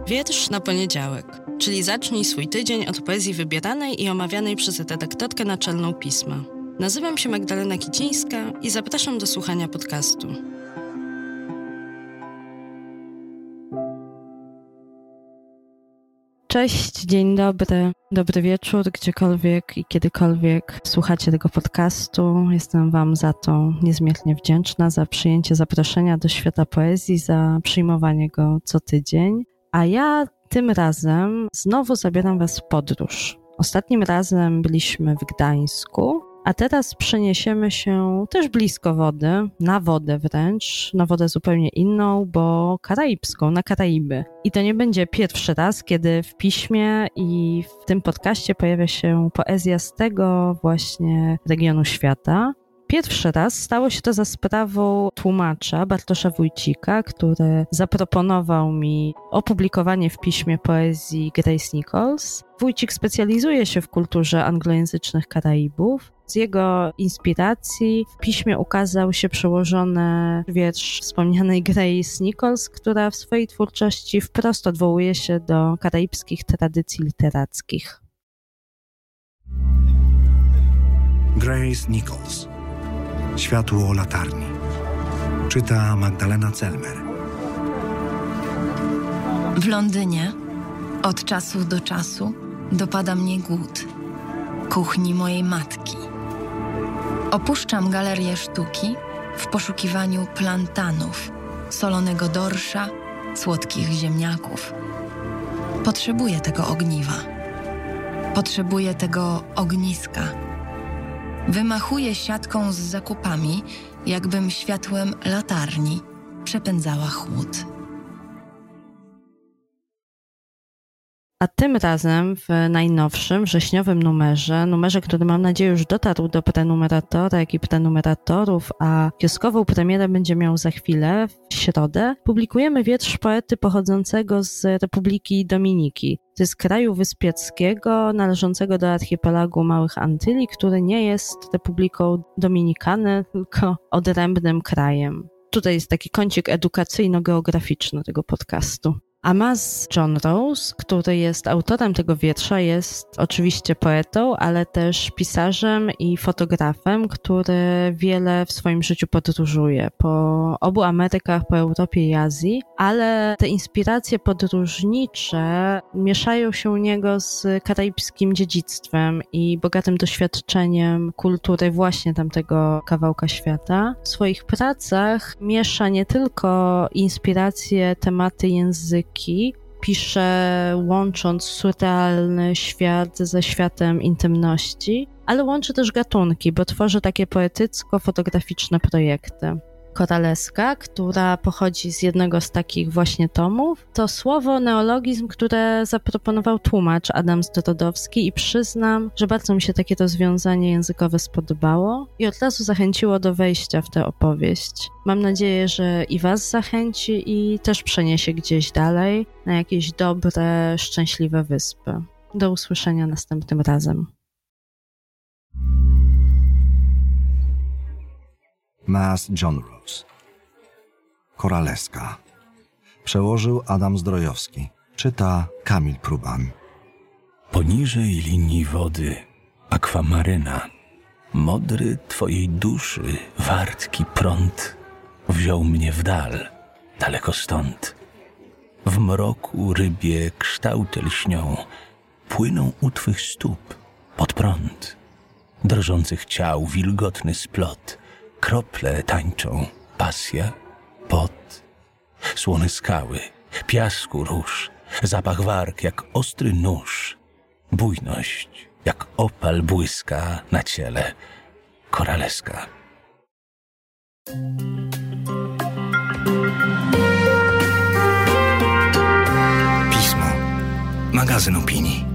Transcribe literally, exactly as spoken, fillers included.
Wiersz na poniedziałek, czyli zacznij swój tydzień od poezji wybieranej i omawianej przez redaktorkę naczelną pisma. Nazywam się Magdalena Kicińska i zapraszam do słuchania podcastu. Cześć, dzień dobry, dobry wieczór, gdziekolwiek i kiedykolwiek słuchacie tego podcastu. Jestem Wam za to niezmiernie wdzięczna, za przyjęcie zaproszenia do świata poezji, za przyjmowanie go co tydzień. A ja tym razem znowu zabieram Was w podróż. Ostatnim razem byliśmy w Gdańsku, a teraz przeniesiemy się też blisko wody, na wodę wręcz, na wodę zupełnie inną, bo karaibską, na Karaiby. I to nie będzie pierwszy raz, kiedy w piśmie i w tym podcaście pojawia się poezja z tego właśnie regionu świata. Pierwszy raz stało się to za sprawą tłumacza Bartosza Wójcika, który zaproponował mi opublikowanie w piśmie poezji Grace Nichols. Wójcik specjalizuje się w kulturze anglojęzycznych Karaibów. Z jego inspiracji w piśmie ukazał się przełożony wiersz wspomnianej Grace Nichols, która w swojej twórczości wprost odwołuje się do karaibskich tradycji literackich. Grace Nichols. Światło latarni. Czyta Magdalena Celmer. W Londynie od czasu do czasu dopada mnie głód kuchni mojej matki. Opuszczam galerię sztuki w poszukiwaniu plantanów, solonego dorsza, słodkich ziemniaków. Potrzebuję tego ogniwa. Potrzebuję tego ogniska. Wymachuję siatką z zakupami, jakbym światłem latarni przepędzała chłód. A tym razem w najnowszym, wrześniowym numerze, numerze, który mam nadzieję już dotarł do prenumeratora, jak i prenumeratorów, a kioskową premierę będzie miał za chwilę, w środę, publikujemy wiersz poety pochodzącego z Republiki Dominiki. To jest kraju wyspiackiego, należącego do archipelagu Małych Antyli, który nie jest Republiką Dominikany, tylko odrębnym krajem. Tutaj jest taki kącik edukacyjno-geograficzny tego podcastu. Amaz John Rose, który jest autorem tego wiersza, jest oczywiście poetą, ale też pisarzem i fotografem, który wiele w swoim życiu podróżuje po obu Amerykach, po Europie i Azji, ale te inspiracje podróżnicze mieszają się u niego z karaibskim dziedzictwem i bogatym doświadczeniem kultury właśnie tamtego kawałka świata. W swoich pracach miesza nie tylko inspiracje, tematy, języki, pisze łącząc surrealny świat ze światem intymności, ale łączy też gatunki, bo tworzy takie poetycko-fotograficzne projekty. Koraleska, która pochodzi z jednego z takich właśnie tomów, to słowo neologizm, które zaproponował tłumacz Adam Zdrodowski i przyznam, że bardzo mi się takie rozwiązanie językowe spodobało i od razu zachęciło do wejścia w tę opowieść. Mam nadzieję, że i Was zachęci i też przeniesie gdzieś dalej na jakieś dobre, szczęśliwe wyspy. Do usłyszenia następnym razem. Amaz John Rose. Koraleska. Przełożył Adam Zdrojowski. Czyta Kamil Pruban. Poniżej linii wody akwamaryna, modry twojej duszy wartki prąd wziął mnie w dal, daleko stąd. W mroku rybie kształty lśnią, płyną u twych stóp pod prąd. Drżących ciał wilgotny splot, krople tańczą, pasja, pot, słone skały, piasku róż, zapach warg jak ostry nóż, bujność jak opal błyska na ciele, koraleska. Pismo. Magazyn opinii.